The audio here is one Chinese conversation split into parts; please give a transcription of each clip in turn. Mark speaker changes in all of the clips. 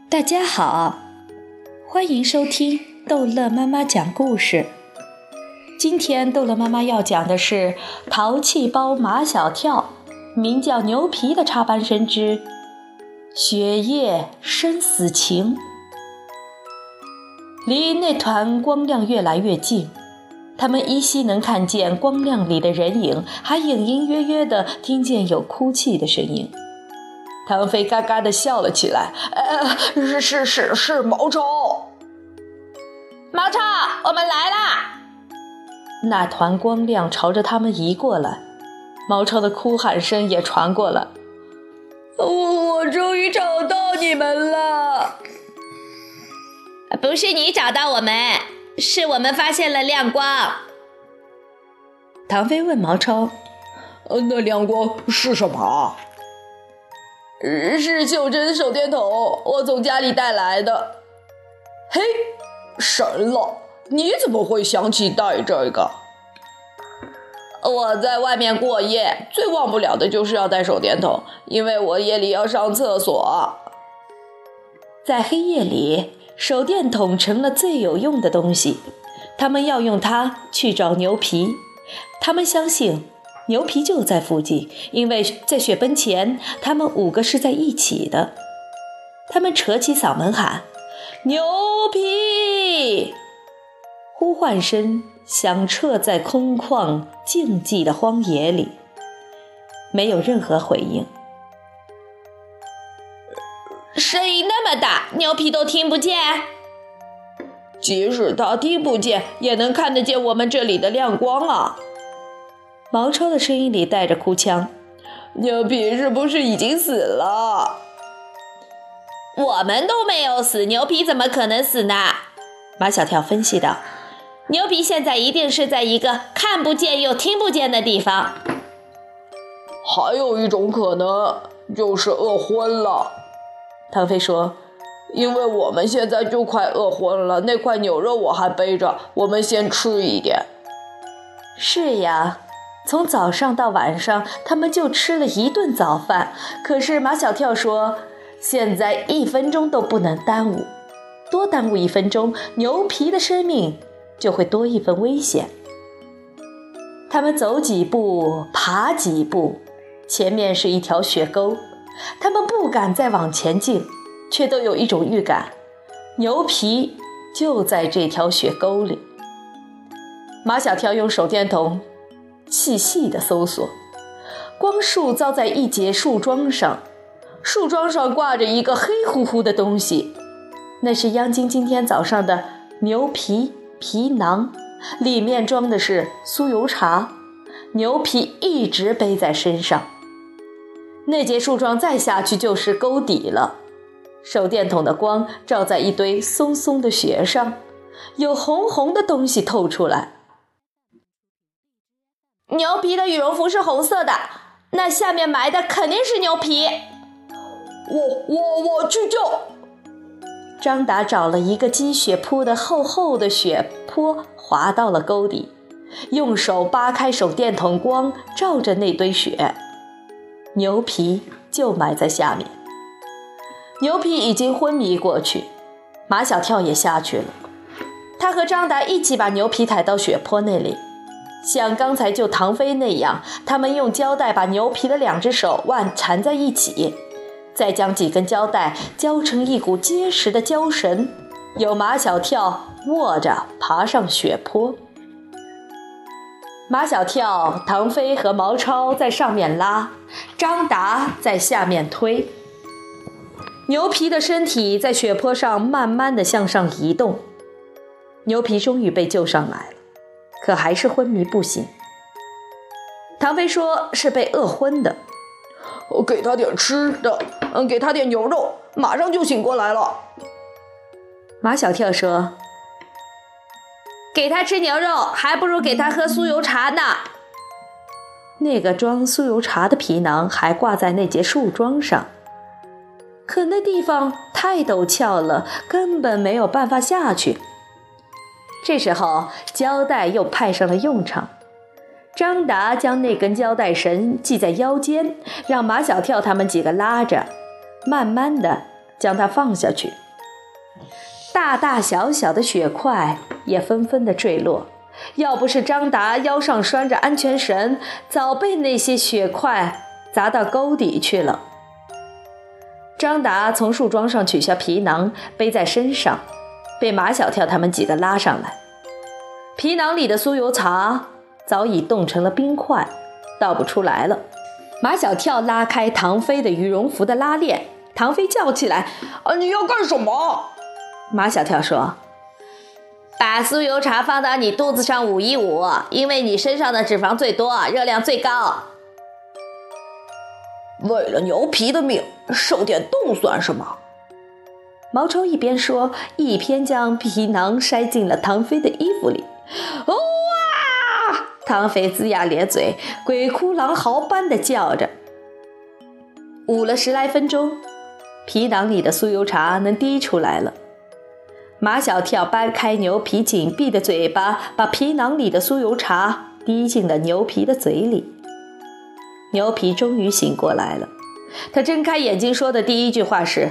Speaker 1: 大家好，欢迎收听逗乐妈妈讲故事。今天逗乐妈妈要讲的是淘气包马小跳，名叫牛皮的插班生之雪夜生死情。离那团光亮越来越近，他们依稀能看见光亮里的人影，还隐隐约约地听见有哭泣的声音。唐飞嘎嘎地笑了起来，是毛超。
Speaker 2: 毛超，我们来啦！
Speaker 1: 那团光亮朝着他们移过来，毛超的哭喊声也传过来。
Speaker 3: 我终于找到你们了！
Speaker 2: 不是你找到我们，是我们发现了亮光。
Speaker 1: 唐飞问毛超：
Speaker 3: 那亮光是什么？是袖珍手电筒，我从家里带来的。嘿，神了！你怎么会想起带这个？我在外面过夜，最忘不了的就是要带手电筒，因为我夜里要上厕所。
Speaker 1: 在黑夜里，手电筒成了最有用的东西，他们要用它去找牛皮。他们相信牛皮就在附近，因为在雪崩前，他们5个是在一起的。他们扯起嗓门喊：牛皮！呼唤声响彻在空旷静寂的荒野里，没有任何回应。
Speaker 2: 声音那么大，牛皮都听不见？
Speaker 3: 即使他听不见，也能看得见我们这里的亮光啊！
Speaker 1: 毛超的声音里带着哭腔：
Speaker 3: 牛皮是不是已经死了？
Speaker 2: 我们都没有死，牛皮怎么可能死呢？
Speaker 1: 马小跳分析道：
Speaker 2: 牛皮现在一定是在一个看不见又听不见的地方。
Speaker 3: 还有一种可能，就是饿昏了。
Speaker 1: 唐飞说：
Speaker 3: 因为我们现在就快饿昏了，那块牛肉我还背着，我们先吃一点。
Speaker 1: 是呀，从早上到晚上，他们就吃了1顿早饭。可是马小跳说，现在1分钟都不能耽误，多耽误1分钟，牛皮的生命就会多一份危险。他们走几步，爬几步，前面是一条雪沟，他们不敢再往前进，却都有一种预感，牛皮就在这条雪沟里。马小跳用手电筒细细地搜索，光束照在一截树桩上，树桩上挂着一个黑乎乎的东西，那是央金今天早上的牛皮皮囊，里面装的是酥油茶，牛皮一直背在身上。那节树桩再下去就是沟底了，手电筒的光照在一堆松松的雪上，有红红的东西透出来。
Speaker 2: 牛皮的羽绒服是红色的，那下面埋的肯定是牛皮。
Speaker 3: 我去救。
Speaker 1: 张达找了一个积雪铺的厚厚的雪坡，滑到了沟底，用手扒开手电筒，光照着那堆雪，牛皮就埋在下面。牛皮已经昏迷过去，马小跳也下去了，他和张达一起把牛皮抬到雪坡那里。像刚才救唐飞那样，他们用胶带把牛皮的2只手腕缠在一起，再将几根胶带胶成一股结实的胶绳，由马小跳握着爬上雪坡。马小跳、唐飞和毛超在上面拉，张达在下面推。牛皮的身体在雪坡上慢慢地向上移动，牛皮终于被救上来了，可还是昏迷不醒。唐飞说是被饿昏的。
Speaker 3: 我给他点吃的，给他点牛肉，马上就醒过来了。
Speaker 1: 马小跳说，
Speaker 2: 给他吃牛肉，还不如给他喝酥油茶呢。
Speaker 1: 那个装酥油茶的皮囊还挂在那节树桩上，可那地方太陡峭了，根本没有办法下去。这时候胶带又派上了用场，张达将那根胶带绳系在腰间，让马小跳他们几个拉着，慢慢的将它放下去。大大小小的雪块也纷纷地坠落，要不是张达腰上拴着安全绳，早被那些雪块砸到沟底去了。张达从树桩上取下皮囊，背在身上，被马小跳他们几个拉上来。皮囊里的酥油茶早已冻成了冰块，倒不出来了。马小跳拉开唐飞的羽绒服的拉链，唐飞叫起来：你要干什么？马小跳说：
Speaker 2: 把酥油茶放到你肚子上捂一捂，因为你身上的脂肪最多，热量最高。
Speaker 3: 为了牛皮的命，受点冻算什么？
Speaker 1: 毛超一边说，一边将皮囊塞进了唐飞的衣服里。哇！唐飞龇牙咧嘴，鬼哭狼嚎般地叫着。捂了10来分钟，皮囊里的酥油茶能滴出来了。马小跳掰开牛皮紧闭的嘴巴，把皮囊里的酥油茶滴进了牛皮的嘴里。牛皮终于醒过来了，他睁开眼睛说的第一句话是：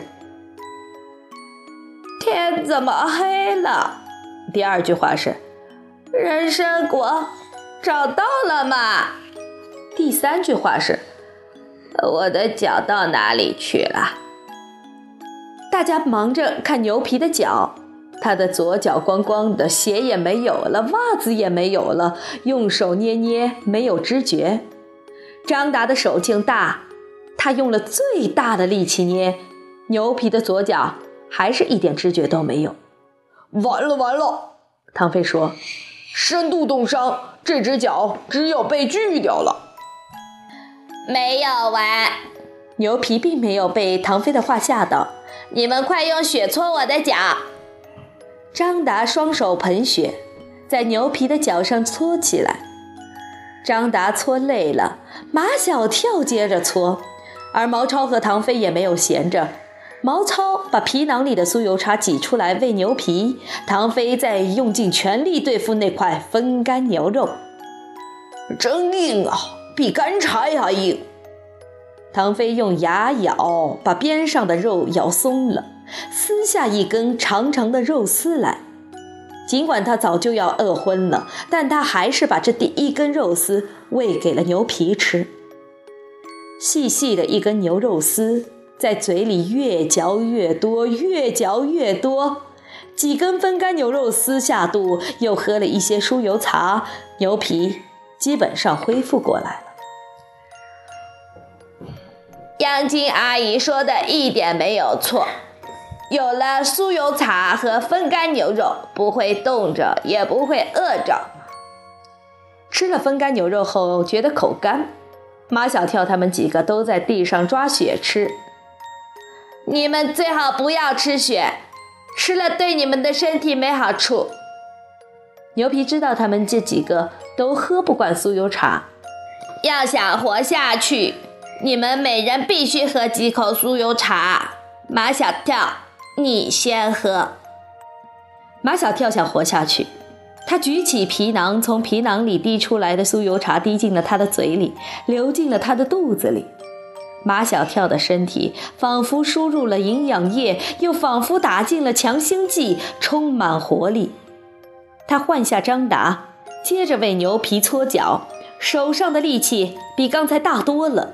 Speaker 1: 天怎么黑了？第二句话是：人参果找到了吗？第三句话是：我的脚到哪里去了？大家忙着看牛皮的脚，他的左脚光光的，鞋也没有了，袜子也没有了，用手捏捏没有知觉。张达的手劲大，他用了最大的力气捏，牛皮的左脚还是一点知觉都没有。
Speaker 3: 完了完了，
Speaker 1: 唐飞说，
Speaker 3: 深度冻伤，这只脚只有被锯掉了。
Speaker 2: 没有完，
Speaker 1: 牛皮并没有被唐飞的话吓到。
Speaker 2: 你们快用血搓我的脚。
Speaker 1: 张达双手捧血，在牛皮的脚上搓起来。张达搓累了，马小跳接着搓，而毛超和唐飞也没有闲着。毛超把皮囊里的酥油茶挤出来喂牛皮，唐飞在用尽全力对付那块风干牛肉。
Speaker 3: 真硬啊，比干柴还硬。
Speaker 1: 唐飞用牙咬，把边上的肉咬松了，撕下一根长长的肉丝来。尽管他早就要饿昏了，但他还是把这第一根肉丝喂给了牛皮吃。细细的一根牛肉丝在嘴里越嚼越多，越嚼越多。几根风干牛肉丝下肚，又喝了一些酥油茶，牛皮基本上恢复过来了。
Speaker 2: 央金阿姨说的一点没有错，有了酥油茶和风干牛肉，不会冻着，也不会饿着。
Speaker 1: 吃了风干牛肉后觉得口干，马小跳他们几个都在地上抓雪吃。
Speaker 2: 你们最好不要吃雪，吃了对你们的身体没好处。
Speaker 1: 牛皮知道他们这几个都喝不惯酥油茶，
Speaker 2: 要想活下去，你们每人必须喝几口酥油茶。马小跳，你先喝。
Speaker 1: 马小跳想活下去，他举起皮囊，从皮囊里滴出来的酥油茶滴进了他的嘴里，流进了他的肚子里。马小跳的身体仿佛输入了营养液，又仿佛打进了强心剂，充满活力。他换下张达，接着为牛皮搓脚，手上的力气比刚才大多了。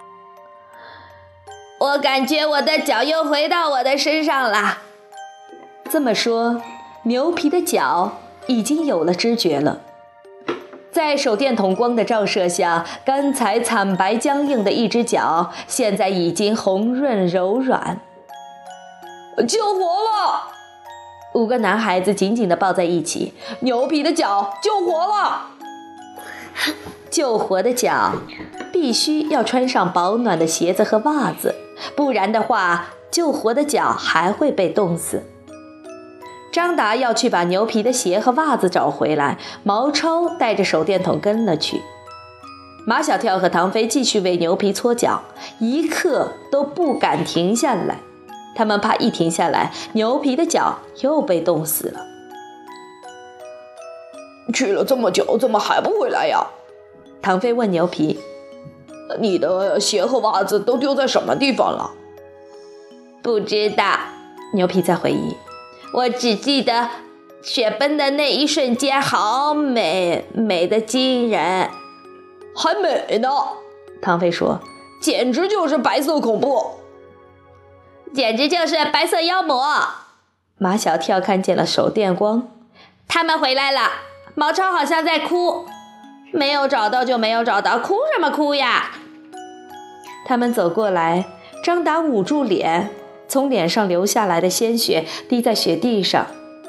Speaker 2: 我感觉我的脚又回到我的身上了。
Speaker 1: 这么说，牛皮的脚已经有了知觉了。在手电筒光的照射下，刚才惨白僵硬的一只脚，现在已经红润柔软。
Speaker 3: 救活了
Speaker 1: ！5个男孩子紧紧地抱在一起，
Speaker 3: 牛皮的脚救活了！
Speaker 1: 救活的脚必须要穿上保暖的鞋子和袜子，不然的话，救活的脚还会被冻死。张达要去把牛皮的鞋和袜子找回来，毛超带着手电筒跟了去。马小跳和唐飞继续为牛皮搓脚，一刻都不敢停下来，他们怕一停下来，牛皮的脚又被冻死了。
Speaker 3: 去了这么久，怎么还不回来呀？
Speaker 1: 唐飞问牛皮：
Speaker 3: 你的鞋和袜子都丢在什么地方了？
Speaker 2: 不知道，
Speaker 1: 牛皮在回忆。
Speaker 2: 我只记得雪崩的那一瞬间好美，美得惊人。
Speaker 3: 还美呢，
Speaker 1: 汤菲说，
Speaker 3: 简直就是白色恐怖，
Speaker 2: 简直就是白色妖魔。
Speaker 1: 马小跳看见了手电光，
Speaker 2: 他们回来了。毛超好像在哭，没有找到就没有找到，哭什么哭呀？
Speaker 1: 他们走过来，张达捂住脸，从脸上流下来的鲜血滴在雪地上。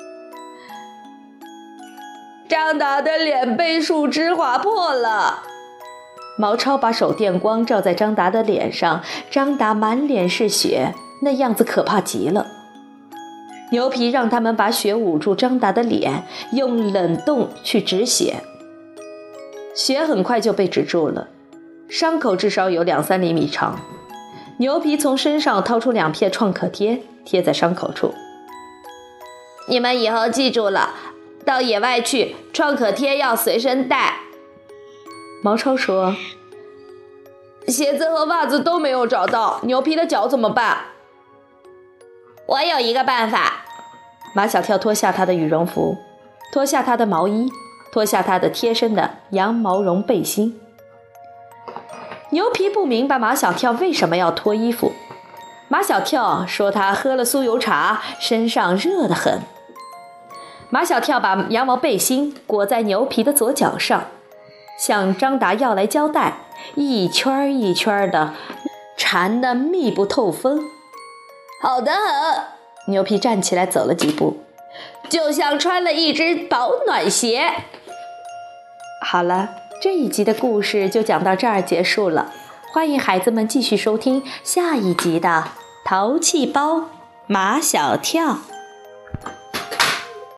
Speaker 3: 张达的脸被树枝划破了。
Speaker 1: 毛超把手电光照在张达的脸上，张达满脸是血，那样子可怕极了。牛皮让他们把血捂住张达的脸，用冷冻去止血。血很快就被止住了，伤口至少有2-3厘米长。牛皮从身上掏出2片创可贴，贴在伤口处。
Speaker 2: 你们以后记住了，到野外去，创可贴要随身带。
Speaker 1: 毛超说，
Speaker 3: 鞋子和袜子都没有找到，牛皮的脚怎么办？
Speaker 2: 我有一个办法。
Speaker 1: 马小跳脱下他的羽绒服，脱下他的毛衣，脱下他的贴身的羊毛绒背心。牛皮不明白马小跳为什么要脱衣服。马小跳说他喝了酥油茶，身上热得很。马小跳把羊毛背心裹在牛皮的左脚上，向张达要来胶带，一圈一圈的缠得密不透风。
Speaker 3: 好得很。
Speaker 1: 牛皮站起来走了几步，
Speaker 2: 就像穿了一只保暖鞋。
Speaker 1: 好了，这一集的故事就讲到这儿结束了。欢迎孩子们继续收听下一集的《淘气包马小跳》。